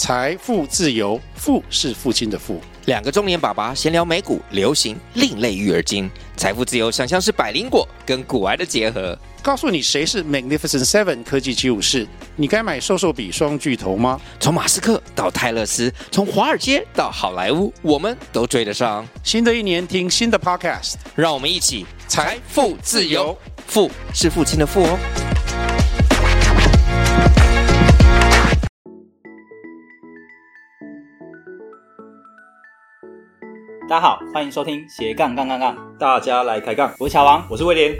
财富自由，富是父亲的富。 两个中年爸爸闲聊美股、流行、另类育儿经，财富自由想象是百灵果跟股癌的结合。 告诉你谁是 Magnificent Seven 科技75士，你该买瘦瘦比双巨头吗？ 从马斯克到泰勒斯，从华尔街到好莱坞，我们都追得上。 新的一年听新的 Podcast， 让我们一起财富自由， 富是父亲的富哦。 大家好，欢迎收听斜杠杠杠杠， 大家来开杠， 我是乔王， 我是威廉。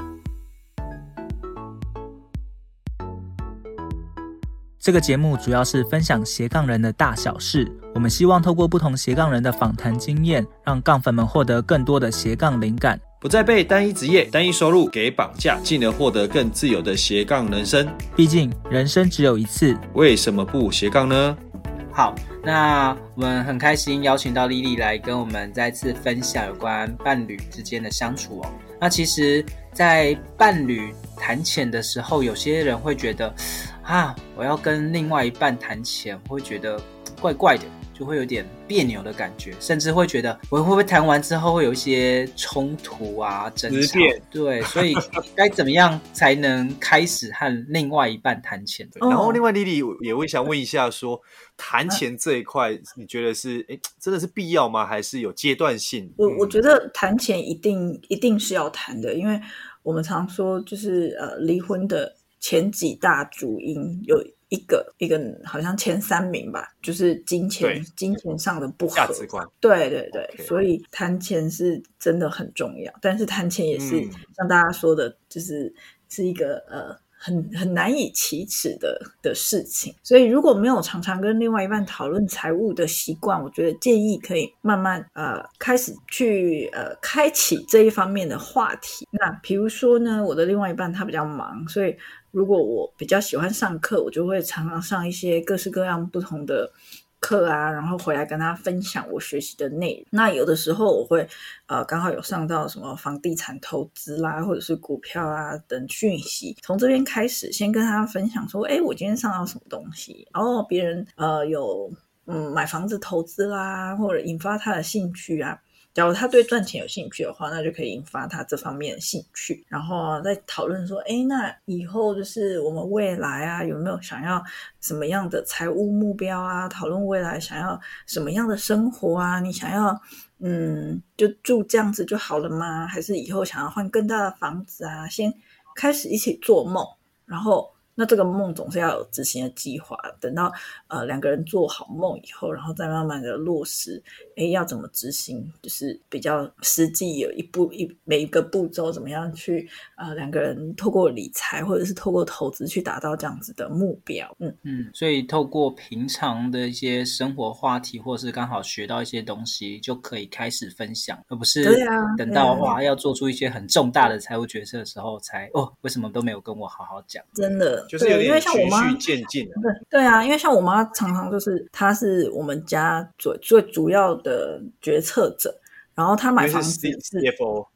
这个节目主要是分享斜杠人的大小事，我们希望透过不同斜杠人的访谈经验，让杠粉们获得更多的斜杠灵感， 不再被单一职业、单一收入给绑架，进而获得更自由的斜杠人生。 毕竟人生只有一次， 为什么不斜杠呢？ 好，那我们很开心邀请到莉莉来跟我们再次分享有关伴侣之间的相处哦。那其实在伴侣谈钱的时候，有些人会觉得我要跟另外一半谈钱，会觉得怪怪的，就会有点别扭的感觉，甚至会觉得我会不会谈完之后会有一些冲突啊、争吵？对，所以该怎么样才能开始和另外一半谈钱？ 然后另外莉莉也会想问一下说，谈钱这一块，你觉得是真的是必要吗？还是有阶段性？ 我觉得谈钱一定是要谈的，因为我们常说就是离婚的前几大主因有一个好像前3名吧，就是金钱上的不合， 价值观。 对对对， Okay. 所以谈钱是真的很重要，但是谈钱也是像大家说的，就是一个很难以启齿的事情。所以如果没有常常跟另外一半讨论财务的习惯，我觉得建议可以慢慢开始去开启这一方面的话题。那比如说呢，我的另外一半他比较忙，所以如果我比较喜欢上课，我就会常常上一些各式各样不同的课啊，然后回来跟他分享我学习的内容。那有的时候我会刚好有上到什么房地产投资啦，或者是股票啊等讯息，从这边开始先跟他分享说，我今天上到什么东西，然后别人有买房子投资啦，或者引发他的兴趣啊。假如他对赚钱有兴趣的话，那就可以引发他这方面的兴趣，然后再讨论说，那以后就是我们未来啊，有没有想要什么样的财务目标啊？讨论未来想要什么样的生活啊？你想要就住这样子就好了吗？还是以后想要换更大的房子啊？先开始一起做梦，然后那这个梦总是要有执行的计划，等到两个人做好梦以后，然后再慢慢的落实，要怎么执行，就是比较实际，有每一个步骤怎么样去两个人透过理财或者是透过投资去达到这样子的目标。 所以透过平常的一些生活话题，或是刚好学到一些东西，就可以开始分享，而不是等到要做出一些很重大的财务决策的时候才为什么都没有跟我好好讲。 真的就是有点循序渐进。 对啊，因为像我妈常常就是她是我们家最主要的决策者，然后她买房子是 CFO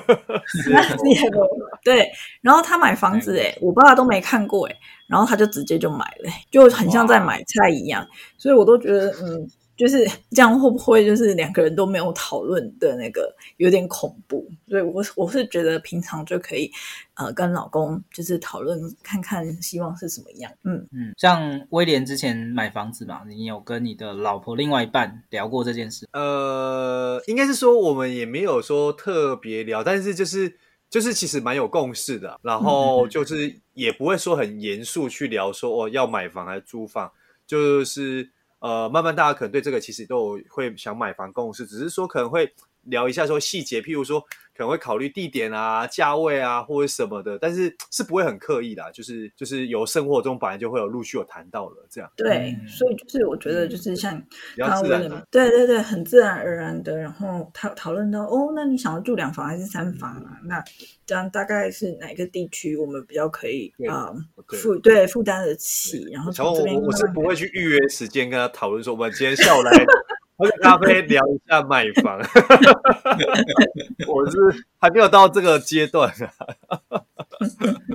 对，然后她买房子我爸爸都没看过然后她就直接就买了，就很像在买菜一样，所以我都觉得就是这样会不会就是两个人都没有讨论的那个有点恐怖，所以我是觉得平常就可以跟老公就是讨论看看希望是什么样。 像威廉之前买房子嘛，你有跟你的老婆另外一半聊过这件事？ 应该是说我们也没有说特别聊，但是就是其实蛮有共识的，然后就是也不会说很严肃去聊说要买房还是租房，就是慢慢大家可能对这个其实都会想买房共识，只是说可能会聊一下说细节，譬如说可能会考虑地点啊、价位啊或者什么的，但是不会很刻意啦，就是有生活中本来就会有陆续有谈到了这样。 对，所以就是我觉得就是像比较自然的， 对，很自然而然的，然后讨论到那你想要住2房还是3房啊？那这样大概是哪个地区我们比较可以负担得起？然后从这边我是不会去预约时间跟他讨论说我们今天下午来喝个咖啡聊一下买房我是还没有到这个阶段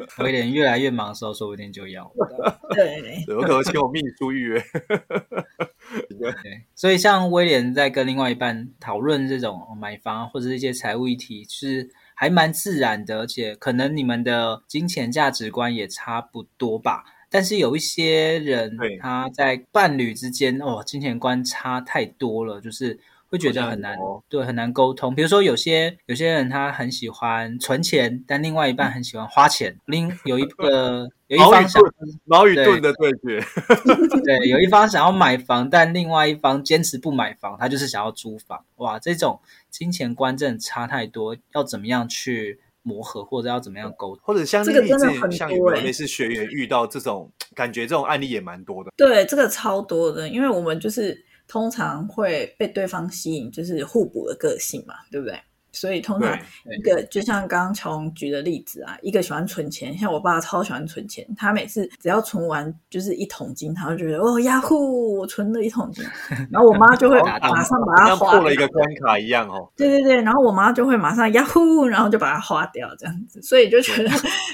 威廉越来越忙的时候，说不定就要。 对， 对我可能请我秘书预约。 对，所以像威廉在跟另外一半讨论这种买房或者是一些财务议题，是还蛮自然的，而且可能你们的金钱价值观也差不多吧。但是有一些人他在伴侣之间金钱观差太多了，就是会觉得很难，对，很难沟通。比如说有些人他很喜欢存钱，但另外一半很喜欢花钱，有一方想矛与盾的对决。 对，有一方想要买房，但另外一方坚持不买房，他就是想要租房。哇，这种金钱观真的差太多，要怎么样去磨合，或者要怎么样沟通？ 或者像这个真的很多像有没有类似学员遇到这种感觉，这种案例也蛮多的。 对，这个超多的，因为我们就是通常会被对方吸引，就是互补的个性嘛，对不对？所以通常一个就像刚刚乔荣举的例子啊，一个喜欢存钱，像我爸超喜欢存钱，他每次只要存完就是1桶金，他就觉得呀呼，我存了1桶金，然后我妈就会马上把它花掉， 像破了一个关卡一样哦。 对对对，然后我妈就会马上呀呼，然后就把它花掉这样子，所以就觉得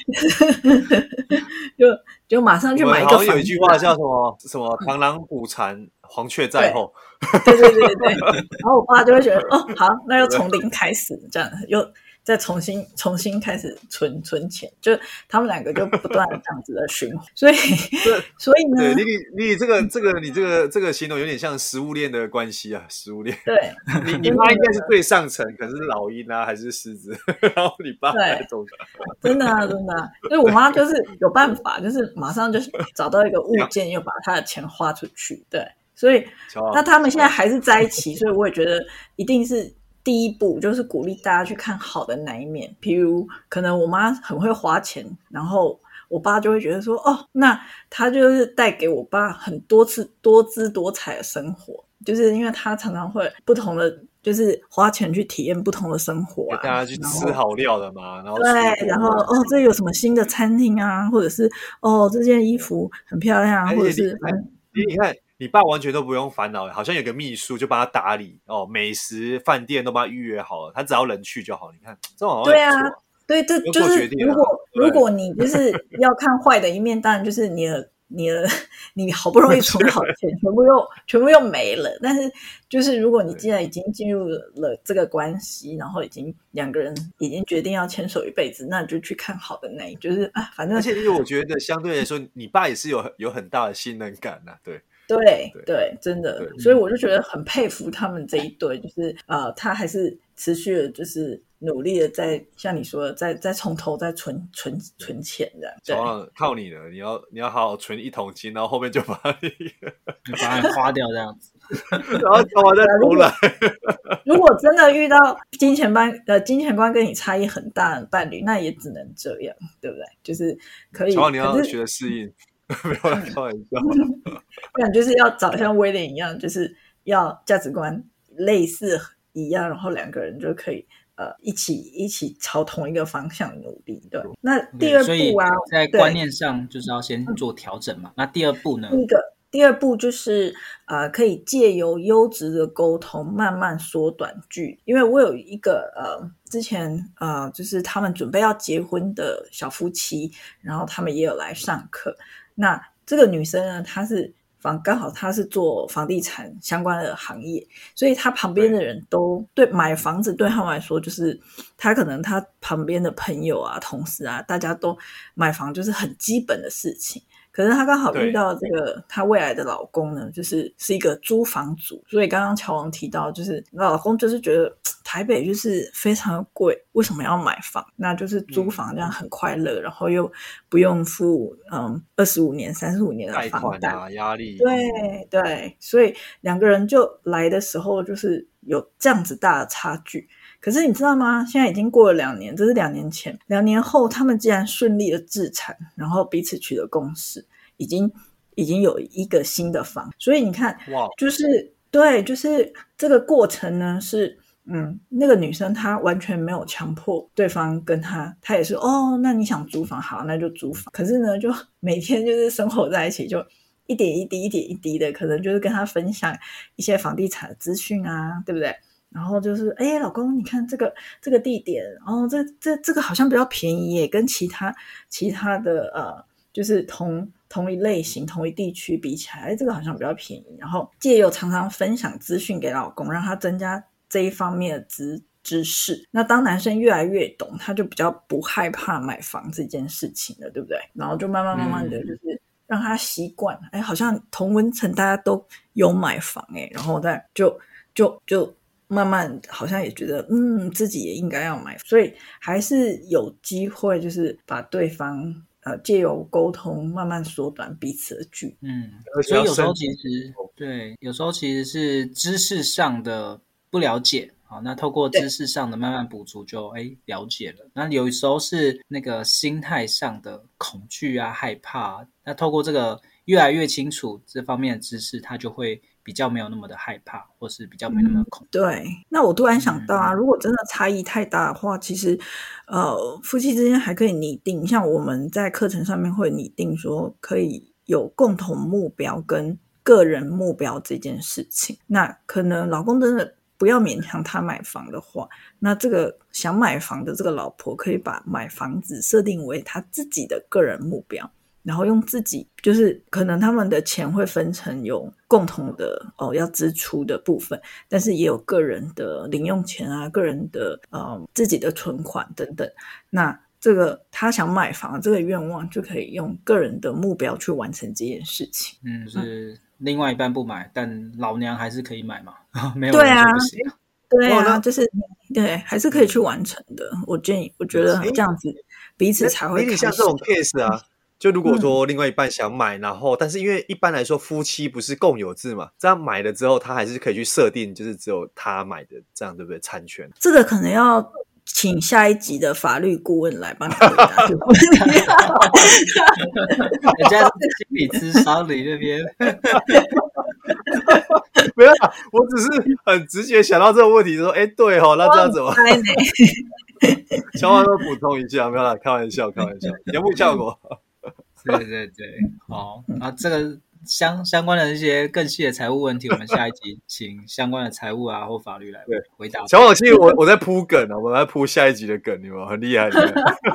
就马上去买一个房子。 好像有一句话叫什么螳螂捕蝉，黄雀在后。 对对对对，然后我爸就会觉得好，那又从零开始，这样又再重新开始存钱，就他们两个就不断这样子的循环，所以呢， 对你这个形容有点像食物链的关系啊，食物链。 对， 你妈应该是最上层，可能是老鹰啊，还是狮子，然后你爸在中间。 真的啊，真的啊，因为我妈就是有办法，就是马上就找到一个物件，又把她的钱花出去，对。所以那他们现在还是在一起，所以我也觉得一定是第一步就是鼓励大家去看好的那一面。比如可能我妈很会花钱，然后我爸就会觉得说那他就是带给我爸很多次多姿多彩的生活，就是因为他常常会不同的就是花钱去体验不同的生活啊， 大家去吃好料的嘛，然后对，然后这有什么新的餐厅啊，或者是这件衣服很漂亮啊，或者是你看你爸完全都不用烦恼，好像有个秘书就帮他打理美食饭店都帮他预约好了，他只要人去就好。你看这种好像对啊，对，这就是如果你就是要看坏的一面，当然就是你好不容易存好的钱全部又没了。但是就是如果你既然已经进入了这个关系，然后两个人已经决定要牵手一辈子，那你就去看好的那一，就是反正。 而且因为我觉得相对来说，你爸也是有很大的信任感呐，对。 对，真的，所以我就觉得很佩服他们这一对，就是他还是持续的，就是努力的在像你说的，再从头再存钱这样。 靠你了，你要好好存1桶金，然后后面就把它花掉这样子， 然后再重来。 如果真的遇到金钱观跟你差异很大的伴侣，那也只能这样，对不对？就是可以。 你要学适应。没有开玩笑， 不然就是要找像威廉一样，就是要价值观类似一样，然后两个人就可以一起朝同一个方向努力。对，那第二步啊， 在观念上就是要先做调整嘛。那第二步呢？ 第二步就是可以借由优质的沟通慢慢缩短距离。因为我有一个之前就是他们准备要结婚的小夫妻，然后他们也有来上课。那这个女生呢，刚好她是做房地产相关的行业，所以她旁边的人都对买房子对他们来说，就是她可能她旁边的朋友啊、同事啊，大家都买房就是很基本的事情。可是她刚好遇到这个她未来的老公呢，是一个租房族，所以刚刚乔王提到，就是老公就是觉得台北就是非常贵，为什么要买房？那就是租房这样很快乐，然后又不用付25年、35年的房贷啊，压力。 对，所以两个人就来的时候就是有这样子大的差距。可是你知道吗？现在已经过了2年，这是2年前，2年后他们既然顺利的置产，然后彼此取得共识，已经有一个新的房。所以你看，就是这个过程呢是那个女生她完全没有强迫对方跟她也是那你想租房好，那就租房。可是呢，就每天就是生活在一起，就一点一滴的，可能就是跟她分享一些房地产的资讯啊，对不对？ 然后就是老公你看这个地点，然后这个好像比较便宜耶，跟其他的就是同一类型同一地区比起来，这个好像比较便宜，然后借由常常分享资讯给老公，让他增加这一方面的知识。那当男生越来越懂，他就比较不害怕买房这件事情了，对不对？然后就慢慢的就是让他习惯，好像同温层大家都有买房然后再就慢慢好像也觉得自己也应该要买，所以还是有机会就是把对方借由沟通慢慢缩短彼此的距离。 所以有时候其实对，有时候其实是知识上的不了解，好，那透过知识上的慢慢补足就了解了。那有时候是那个心态上的恐惧啊、害怕，那透过这个越来越清楚这方面的知识，他就会比较没有那么的害怕，或是比较没那么的恐惧。 对，那我突然想到啊，如果真的差异太大的话，其实夫妻之间还可以拟定，像我们在课程上面会拟定说可以有共同目标跟个人目标这件事情。那可能老公真的不要勉强他买房的话，那这个想买房的这个老婆可以把买房子设定为他自己的个人目标，然后用自己就是可能他们的钱会分成有共同的要支出的部分，但是也有个人的零用钱啊，个人的自己的存款等等。那这个他想买房这个愿望就可以用个人的目标去完成这件事情。 是另外一半不买，但老娘还是可以买嘛？没有人说不行。 对啊，就是对，还是可以去完成的。我觉得这样子彼此才会开心。 像这种 case 啊，就如果说另外一半想买，然后但是因为一般来说夫妻不是共有制嘛，这样买了之后他还是可以去设定就是只有他买的，这样对不对？产权这个可能要请下一集的法律顾问来帮你回答这个问题。 人家是心理咨商里那边没有啦，我只是很直觉想到这个问题，说对哦，那这样怎么小华都补充一下，没有啦，开玩笑节目效果。 对，好，那这个相关的一些更细的财务问题，我们下一集请相关的财务啊或法律来回答。 小华，其实我在铺梗啊，我在铺下一集的梗，你们很厉害。对，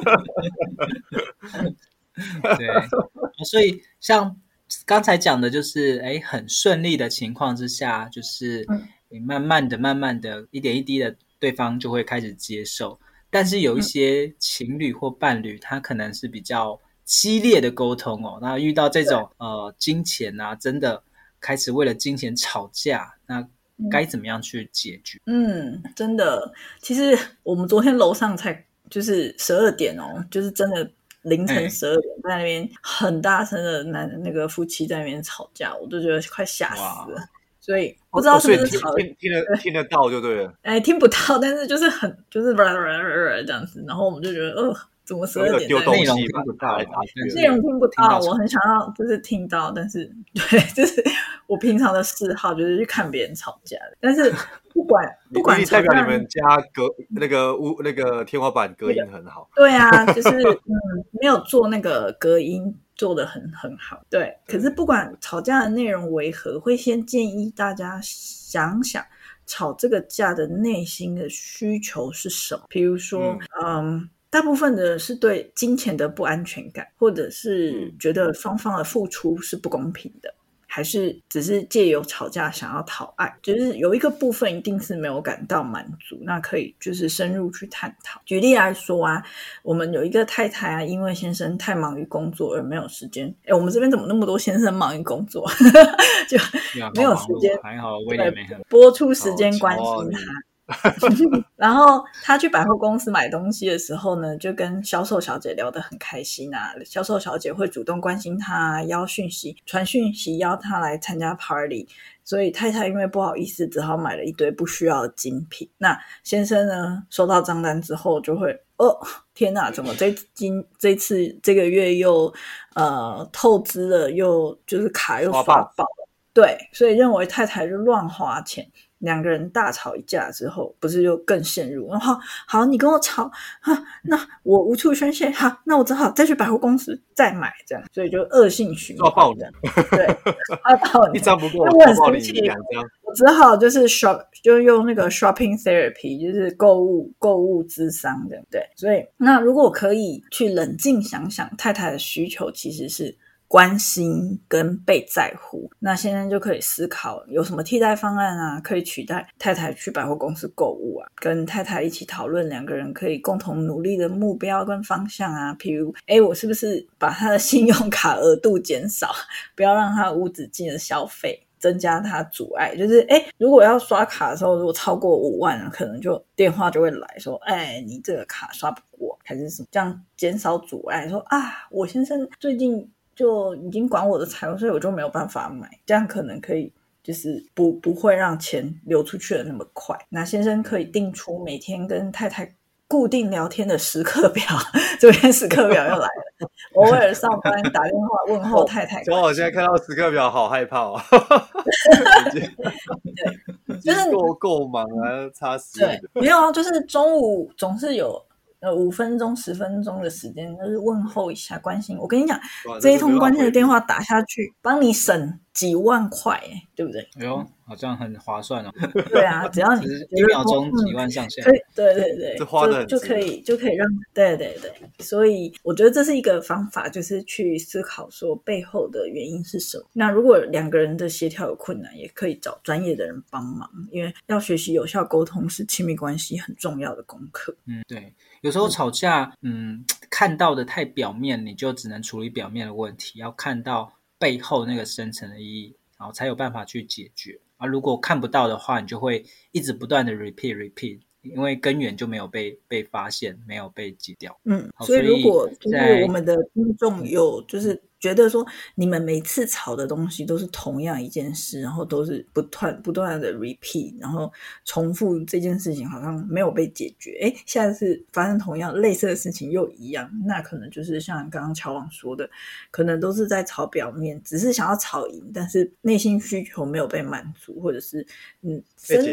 所以像刚才讲的就是很顺利的情况之下，就是慢慢的一点一滴的对方就会开始接受。但是有一些情侣或伴侣他可能是比较激烈的沟通那遇到这种金钱啊，真的开始为了金钱吵架，那该怎么样去解决？ 真的，其实我们昨天楼上才就是12点就是真的凌晨12点在那边很大声的那个夫妻在那边吵架，我都觉得快吓死了。所以不知道是不是吵听得到就对了。 听不到，但是就是很就是这样子，然后我们就觉得怎么12点在内容听不到， 内容听不到，我很想要就是听到，但是对，就是我平常的嗜好就是去看别人吵架的，但是不管代表你们家那个天花板隔音很好。 对啊，就是没有做那个隔音做得很好。对，可是不管吵架的内容为何，会先建议大家想想吵这个架的内心的需求是什么。比如说大部分的是对金钱的不安全感，或者是觉得双方的付出是不公平的，还是只是借由吵架想要讨爱，就是有一个部分一定是没有感到满足，那可以就是深入去探讨。举例来说啊，我们有一个太太啊，因为先生太忙于工作而没有时间，我们这边怎么那么多先生忙于工作就没有时间， 还好威廉没很播出时间关心他然后他去百货公司买东西的时候呢，就跟销售小姐聊得很开心啊，销售小姐会主动关心他，传讯息邀他来参加 party， 所以太太因为不好意思只好买了一堆不需要的精品。那先生呢，收到账单之后就会天哪，怎么这次这个月又透支了，又就是卡又刷爆了。对，所以认为太太就乱花钱，两个人大吵一架之后，不是就更陷入，然后好你跟我吵那我无处宣泄，好那我只好再去百货公司再买，这样，所以就恶性循环。 抓爆你， 对，抓爆你， 一张不够， 我很生气， 我只好就是就用那个 shopping therapy， 就是购物咨商，对不对？所以那如果可以去冷静想想，太太的需求其实是关心跟被在乎，那先生就可以思考有什么替代方案啊，可以取代太太去百货公司购物啊，跟太太一起讨论两个人可以共同努力的目标跟方向啊，譬如我是不是把他的信用卡额度减少，不要让他无止境的消费，增加他阻碍，就是如果要刷卡的时候，如果超过5万，可能就电话就会来说，你这个卡刷不过，还是什么，这样减少阻碍，说我先生最近就已经管我的财务，所以我就没有办法买，这样可能可以就是不会让钱流出去的那么快。那先生可以定出每天跟太太固定聊天的时刻表，这边时刻表又来了，偶尔上班打电话问候太太。 我现在看到时刻表好害怕哦。对，就是够忙啊，差死。 对，没有啊，就是中午总是有5分钟10分钟的时间，就是问候一下，关心。我跟你讲，这一通关心的电话打下去，帮你省几万块，对不对？ 哎呦，好像很划算哦。 对啊，只要你 1秒钟几万上下。 对， 这花的就可以让对，所以我觉得这是一个方法，就是去思考说背后的原因是什么。那如果两个人的协调有困难，也可以找专业的人帮忙，因为要学习有效沟通是亲密关系很重要的功课。 对，有时候吵架，看到的太表面，你就只能处理表面的问题，要看到背后那个深层的意义，然后才有办法去解决。如果看不到的话，你就会一直不断的 repeat， 因为根源就没有被发现，没有被挤掉。 所以如果就是我们的听众有就是觉得说你们每次吵的东西都是同样一件事，然后都是不断的 repeat， 然后重复这件事情好像没有被解决，下次发生同样类似的事情又一样，那可能就是像刚刚乔王说的，可能都是在吵表面，只是想要吵赢，但是内心需求没有被满足，或者是深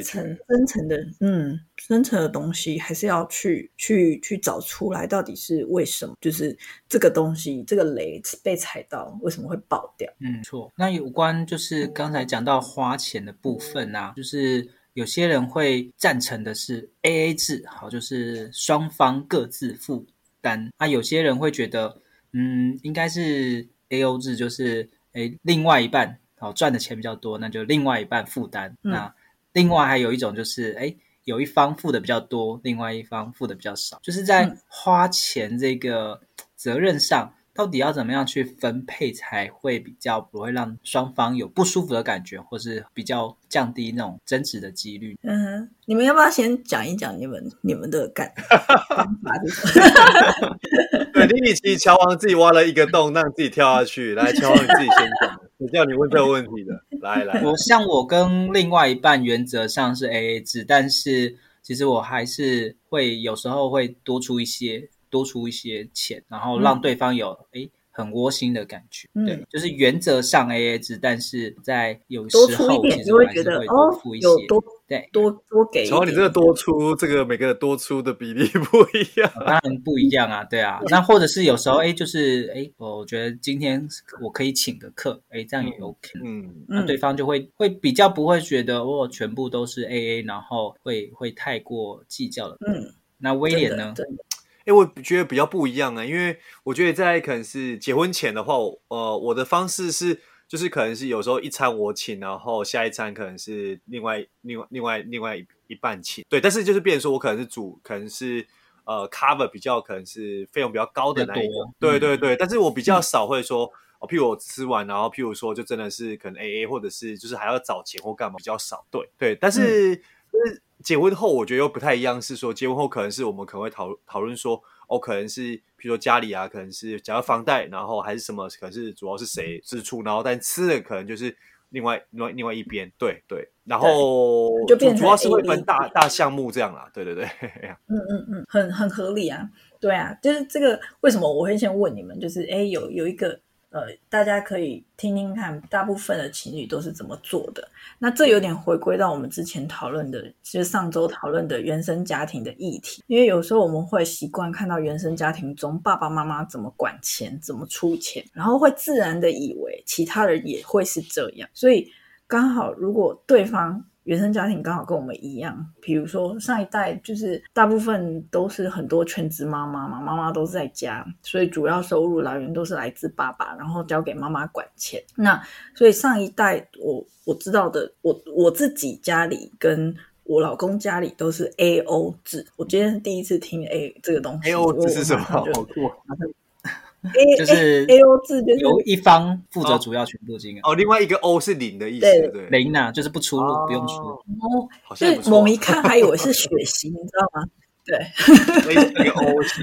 层的东西还是要去找出来，到底是为什么，就是这个东西这个雷被踩到为什么会爆掉。 错。那有关就是刚才讲到花钱的部分啊，就是有些人会赞成的是 AA 制，好，就是双方各自负担。有些人会觉得应该是 AO 制，就是另外一半赚的钱比较多，那就另外一半负担。那另外还有一种就是有一方付的比较多，另外一方付的比较少，就是在花钱这个责任上到底要怎么样去分配才会比较不会让双方有不舒服的感觉，或是比较降低那种争执的几率。 你们要不要先讲一讲你们的方法是什么？ 对，你其实乔王自己挖了一个洞让自己跳下去，来，乔王你自己先讲，我叫你问这个问题的，来， 我跟另外一半原则上是 AA 制，但是其实我还是会有时候会多出一些钱，然后让对方有很窝心的感觉。对，就是原则上 AA 制，但是在有时候其实我还是会多付一些， 多给一点。 乔王你这个多出，这个每个多出的比例不一样， 当然不一样啊，对啊。那或者是有时候就是我觉得今天我可以请个客，这样也 OK。那对方就会比较不会觉得全部都是 AA， 然后会太过计较了。那威廉呢？ 我觉得比较不一样啊，因为我觉得在可能是结婚前的话，我的方式是就是可能是有时候一餐我请，然后下一餐可能是另外一半请，对，但是就是变成说我可能是可能是cover 比较可能是费用比较高的那一个，对，但是我比较少会说譬如我吃完，然后譬如说就真的是可能 AA 或者是就是还要找钱或干嘛比较少，对，但是结婚后我觉得又不太一样，是说结婚后可能是我们可能会讨论说可能是比如说家里啊，可能是假如房贷，然后还是什么，可能是主要是谁支出，然后但吃的可能就是另外一边，对，然后就变成主要是会分大项目这样啦，对， 很合理啊，对啊，就是这个为什么我会先问你们，就是有一个大家可以听听看大部分的情侣都是怎么做的。那这有点回归到我们之前讨论的，就是上周讨论的原生家庭的议题，因为有时候我们会习惯看到原生家庭中爸爸妈妈怎么管钱怎么出钱，然后会自然的以为其他人也会是这样，所以刚好如果对方原生家庭刚好跟我们一样，比如说上一代就是大部分都是很多全职妈妈嘛，妈妈都是在家，所以主要收入来源都是来自爸爸，然后交给妈妈管钱。那所以上一代我知道的，我自己家里跟我老公家里都是 AO 制。我今天第一次听 A 这个东西。 AO 制是什么？好酷。 就是 AO 制就是由一方负责主要全部金额。 另外一个 O 是零的意思，对， 零啊，就是不出入，不用出。 好像就是猛一看还以为是血型，你知道吗？对， 那个 O 型。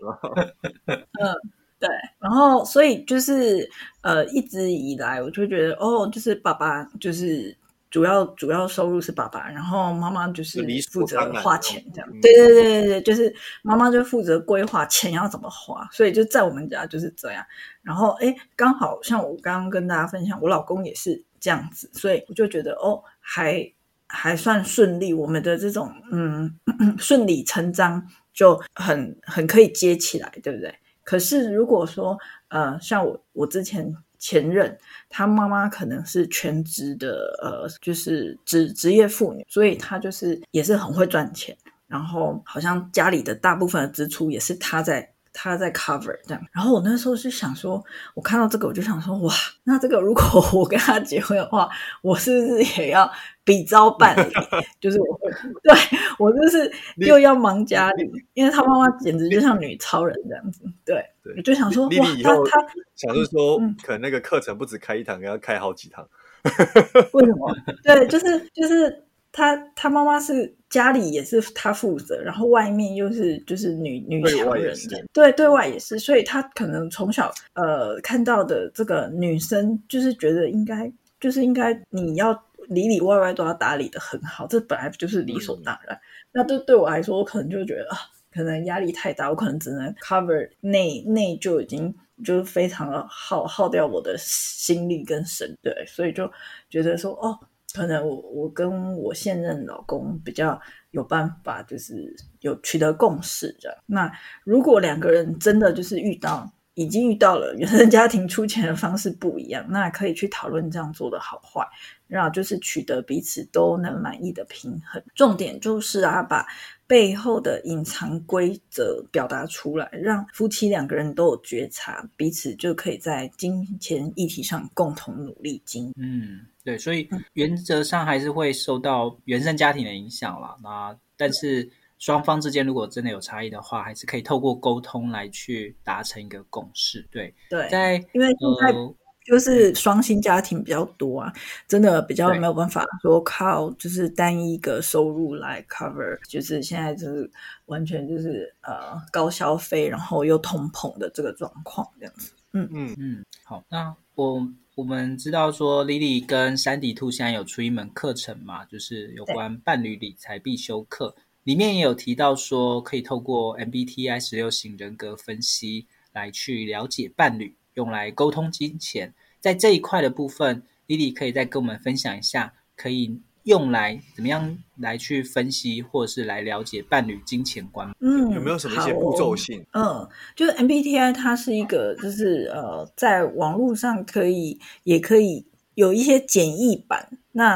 对，然后所以就是一直以来我就觉得就是爸爸就是主要收入是爸爸，然后妈妈就是负责花钱这样。对，就是妈妈就负责规划钱要怎么花，所以就在我们家就是这样。然后刚好像我刚刚跟大家分享，我老公也是这样子，所以我就觉得还算顺利，我们的这种顺理成章就很可以接起来，对不对？可是如果说像我之前任，他妈妈可能是全职的就是职业妇女，所以他就是也是很会赚钱，然后好像家里的大部分的支出也是他在 cover 这样。然后我那时候就想说，我看到这个我就想说，哇，那这个如果我跟他结婚的话，我是不是也要比照办理？就是我就是又要忙家里，因为他妈妈简直就像女超人这样子。对，我就想说，哇，他想说可能那个课程不止开一堂，要开好几堂。 为什么？对，就是他妈妈是家里也是他负责，然后外面又是就是女强人，对外也是，所以他可能从小看到的这个女生，就是觉得应该你要里里外外都要打理得很好，这本来就是理所当然。那对我来说，我可能就觉得可能压力太大，我可能只能 cover 内就已经就非常的耗掉我的心力跟神，对，所以就觉得说可能我跟我现任老公比较有办法，就是有取得共识这样。那如果两个人真的就是已经遇到了原生家庭出钱的方式不一样，那可以去讨论这样做的好坏，然后就是取得彼此都能满意的平衡。重点就是把背后的隐藏规则表达出来，让夫妻两个人都有觉察，彼此就可以在金钱议题上共同努力经营。 对，所以原则上还是会受到原生家庭的影响啦。那但是双方之间如果真的有差异的话，还是可以透过沟通来去达成一个共识。对， 因为现在就是双薪家庭比较多啊，真的比较没有办法说靠就是单一个收入来 cover， 就是现在就是完全就是高消费然后又通膨的这个状况这样子。 好，那我们知道说 Lily 跟山迪兔现在有出一门课程嘛，就是有关伴侣理财必修课，里面也有提到说可以透过 MBTI 16型人格分析来去了解伴侣，用来沟通金钱。在这一块的部分 Lily 可以再跟我们分享一下，可以用来怎么样来去分析或者是来了解伴侣金钱观。 有没有什么一些步骤性？ 就是 MBTI 它是一个就是在网络上也可以有一些简易版。那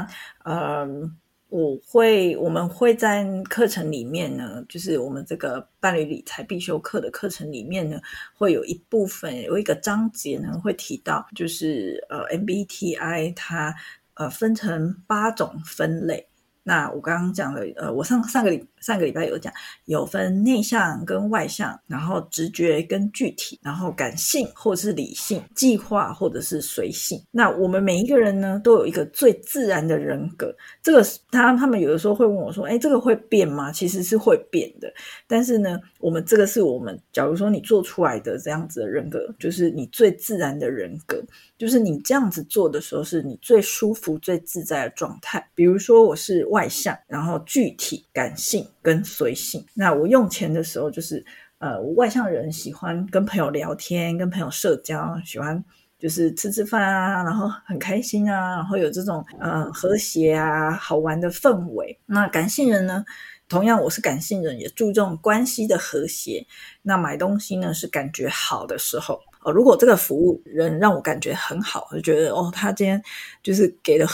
我们会在课程里面呢，就是我们这个伴侣理财必修课的课程里面呢，会有一部分有一个章节呢会提到，就是MBTI 它分成8种分类。那我刚刚讲了，我上个礼拜有讲，有分内向跟外向，然后直觉跟具体，然后感性或是理性，计划或者是随性。那我们每一个人呢，都有一个最自然的人格。这个他们有的时候会问我说，这个会变吗？其实是会变的。但是呢，这个是我们，假如说你做出来的这样子的人格，就是你最自然的人格，就是你这样子做的时候是你最舒服最自在的状态。比如说我是外向，然后具体、感性跟随性。那我用钱的时候就是我外向人喜欢跟朋友聊天，跟朋友社交，喜欢就是吃饭啊，然后很开心啊，然后有这种和谐啊好玩的氛围。那感性人呢，同样我是感性人，也注重关系的和谐。那买东西呢是感觉好的时候，如果这个服务人让我感觉很好，我就觉得他今天就是给了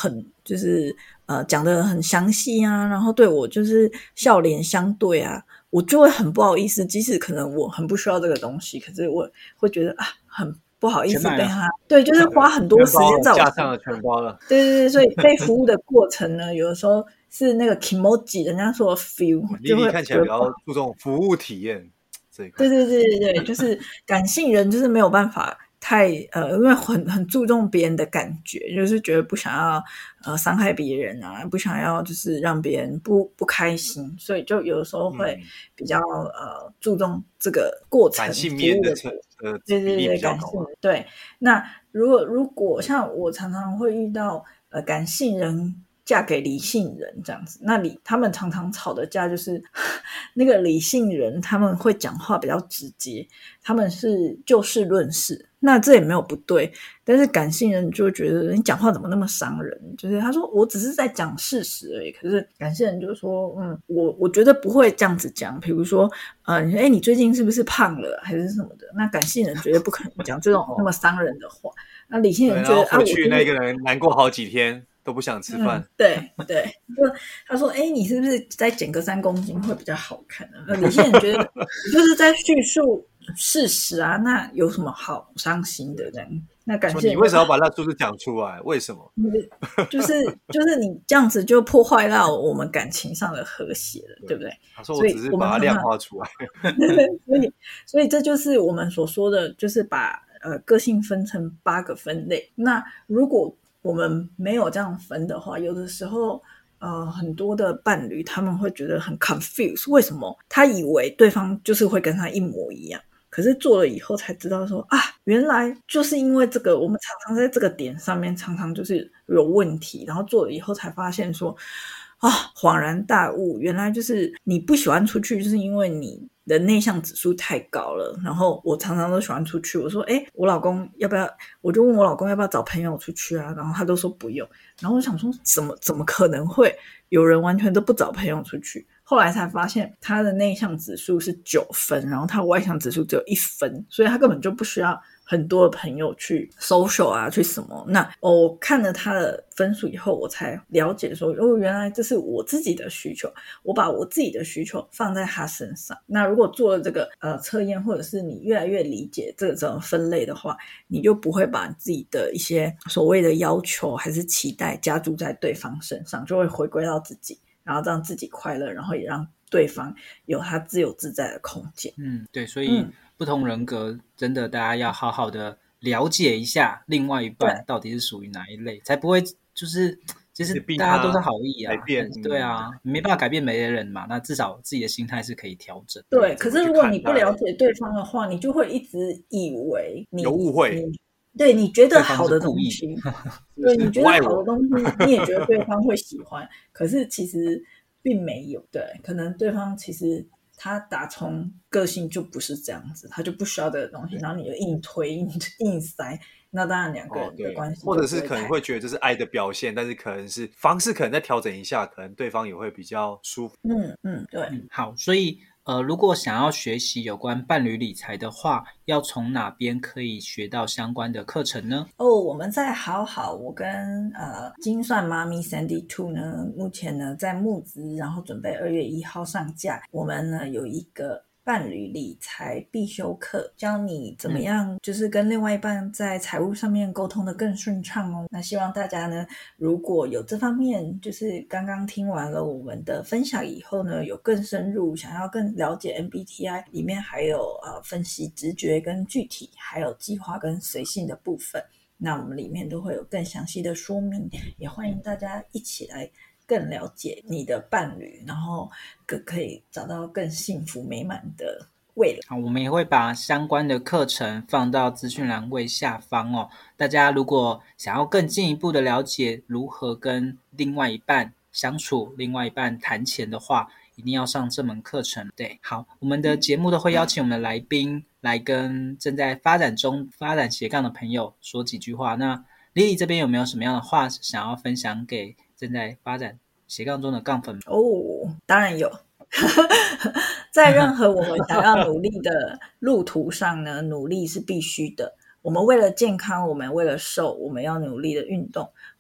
就是讲得很详细啊，然后对我就是笑脸相对啊，我就会很不好意思，即使可能我很不需要这个东西，可是我会觉得啊很不好意思被他，对，就是花很多时间在我架上了全包了， 对，所以被服务的过程呢，有的时候是那个 kimoji， 人家说的 feel， 就会看起来比较注重服务体验这一块。 对，就是感性人就是没有办法太因为很注重别人的感觉，就是觉得不想要伤害别人啊，不想要就是让别人不开心，所以就有的时候会比较注重这个过程， 感性面的对，感性人对。那如果像我常常会遇到感性人嫁给理性人这样子，那他们常常吵的架就是那个理性人他们会讲话比较直接，他们是就事论事，那这也没有不对，但是感性人就会觉得你讲话怎么那么伤人，就是他说我只是在讲事实而已，可是感性人就说我觉得不会这样子讲，比如说你最近是不是胖了还是什么的，那感性人绝对不可能讲这种那么伤人的话，那理性人觉得回去那个人难过好几天都不想吃饭， 对，就他说你是不是再减个3公斤会比较好看呢？那理性人觉得你就是在叙述事实啊，那有什么好伤心的这样？那感谢你为什么要把那数字讲出来？为什么？ 就是你这样子就破坏到我们感情上的和谐了，对不对？ 他说我只是把它量化出来， 所以这就是我们所说的，就是把个性分成8个分类。那如果我们没有这样分的话，有的时候很多的伴侣他们会觉得很 confused， 为什么他以为对方就是会跟他一模一样，可是做了以后才知道说原来就是因为这个，我们常常在这个点上面常常就是有问题，然后做了以后才发现说恍然大悟，原来就是你不喜欢出去就是因为你的内向指数太高了。然后我常常都喜欢出去，我说我老公要不要，我就问我老公要不要找朋友出去啊，然后他都说不用，然后我想说怎么可能会有人完全都不找朋友出去，后来才发现他的内向指数是9分，然后他外向指数只有1分，所以他根本就不需要很多的朋友去 social 啊，去什么。那我看了他的分数以后，我才了解说原来这是我自己的需求，我把我自己的需求放在他身上。那如果做了这个测验，或者是你越来越理解这种分类的话，你就不会把自己的一些所谓的要求还是期待加注在对方身上，就会回归到自己，然后让自己快乐，然后也让对方有他自由自在的空间。 对，所以不同人格真的大家要好好的了解一下另外一半到底是属于哪一类，才不会就是其实大家都是好意啊，对啊，没办法改变每个人嘛，那至少自己的心态是可以调整。 对，可是如果你不了解对方的话，你就会一直以为你有误会， 对，你觉得好的东西，对，你觉得好的东西，你也觉得对方会喜欢，可是其实并没有。对，可能对方其实他打从个性就不是这样子，他就不需要这个东西，然后你就硬推硬塞，那当然两个人的关系或者是可能会觉得这是爱的表现，但是可能是方式可能再调整一下，可能对方也会比较舒服。 对。 好，所以如果想要学习有关伴侣理财的话，要从哪边可以学到相关的课程呢？ 我们在我跟精算妈咪 Sandy Two 呢，目前呢在募资，然后准备2月1号上架。我们呢有一个伴侣理财必修课，教你怎么样就是跟另外一半在财务上面沟通的更顺畅哦。那希望大家呢，如果有这方面，就是刚刚听完了我们的分享以后呢，有更深入想要更了解 MBTI 里面还有分析直觉跟具体，还有计划跟随性的部分，那我们里面都会有更详细的说明，也欢迎大家一起来更了解你的伴侣，然后可以找到更幸福美满的未来。 好，我们也会把相关的课程放到资讯栏位下方哦。大家如果想要更进一步的了解如何跟另外一半相处，另外一半谈钱的话，一定要上这门课程。对，好，我们的节目都会邀请我们的来宾来跟正在发展斜杠的朋友说几句话。那 Lily 这边有没有什么样的话想要分享给正在发展斜杠中的杠粉？ 当然有。在任何我们想要努力的路途上呢，努力是必须的。我们为了健康，我们为了瘦，我们要努力的运动；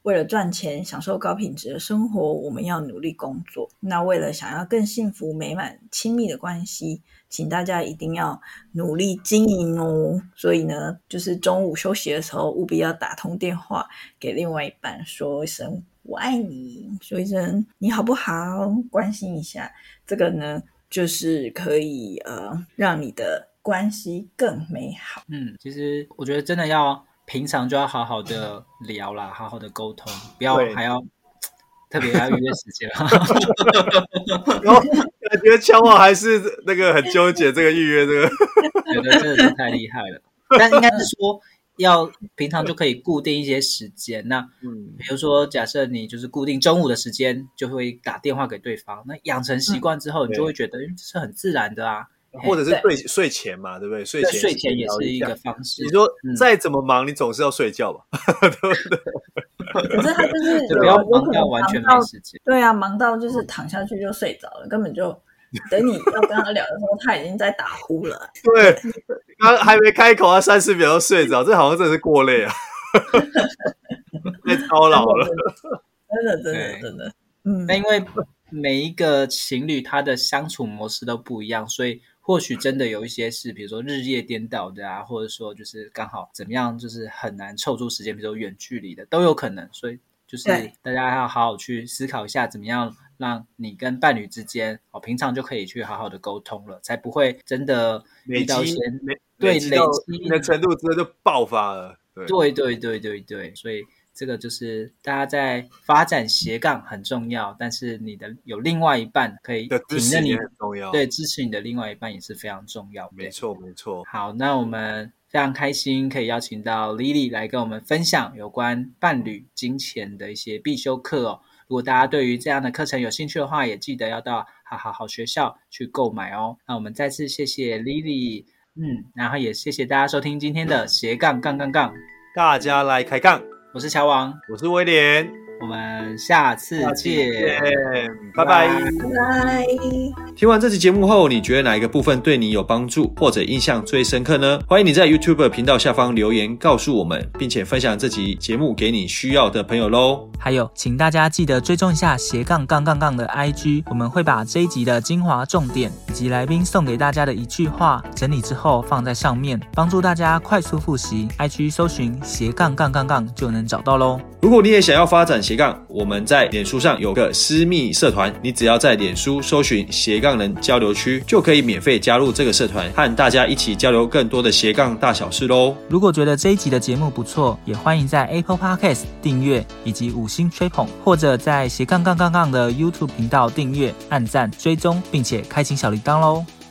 为了赚钱享受高品质的生活，我们要努力工作。那为了想要更幸福美满亲密的关系，请大家一定要努力经营哦。所以呢，就是中午休息的时候务必要打通电话给另外一半，说一声我爱你，说一声你好不好，关心一下。这个呢就是可以让你的关系更美好。 其实我觉得真的要平常就要好好的聊啦，好好的沟通，不要还要特别要预约时间。 然后感觉乔王还是那个很纠结这个预约这个， 觉得真的是太厉害了。但应该是说要平常就可以固定一些时间。那比如说假设你就是固定中午的时间就会打电话给对方，那养成习惯之后，你就会觉得这是很自然的啊。 或者是睡前嘛，对不对？睡前也是一个方式。 你说再怎么忙，你总是要睡觉吧，对不对？ 可是他就是不要忙到完全没时间。 对啊，忙到就是躺下去就睡着了，根本就等你要跟他聊的时候，他已经在打呼了。 对，刚还没开口，他30秒就睡着，这好像真的是过累啊，太操劳了。 真的。 那因为每一个情侣他的相处模式都不一样，所以或许真的有一些是比如说日夜颠倒的啊，或者说就是刚好怎么样就是很难凑出时间，比如说远距离的都有可能。所以就是大家要好好去思考一下，怎么样让你跟伴侣之间平常就可以去好好的沟通了，才不会真的遇到一些累积的程度之后就爆发了。 对，所以这个就是大家在发展斜杠很重要，但是你的有另外一半可以挺着你， 很重要。 对，支持你的另外一半也是非常重要的。 没错。 好，那我们非常开心可以邀请到 Lily 来跟我们分享有关伴侣金钱的一些必修课哦。如果大家对于这样的课程有兴趣的话，也记得要到好学校去购买哦。那我们再次谢谢 Lily，然后也谢谢大家收听今天的斜杠杠杠杠， 大家来开杠。 我是乔王， 我是威廉， 我们下次见， 拜拜。听完这期节目后，你觉得哪一个部分对你有帮助，或者印象最深刻呢？欢迎你在 YouTube 频道下方留言告诉我们，并且分享这集节目给你需要的朋友咯。 还有，请大家记得追踪一下斜杠杠杠杠的 IG， 我们会把这一集的精华重点以及来宾送给大家的一句话整理之后放在上面，帮助大家快速复习。IG 搜寻斜杠杠杠杠就能找到咯。 如果你也想要发展斜杠，我们在脸书上有个私密社团，你只要在脸书搜寻斜杠人交流区，就可以免费加入这个社团，和大家一起交流更多的斜杠大小事咯。 如果觉得这一集的节目不错，也欢迎在 Apple Podcast 订阅以及5星吹捧，或者在斜杠杠杠杠的 YouTube 频道订阅、按赞、追踪，并且开启小铃铛咯。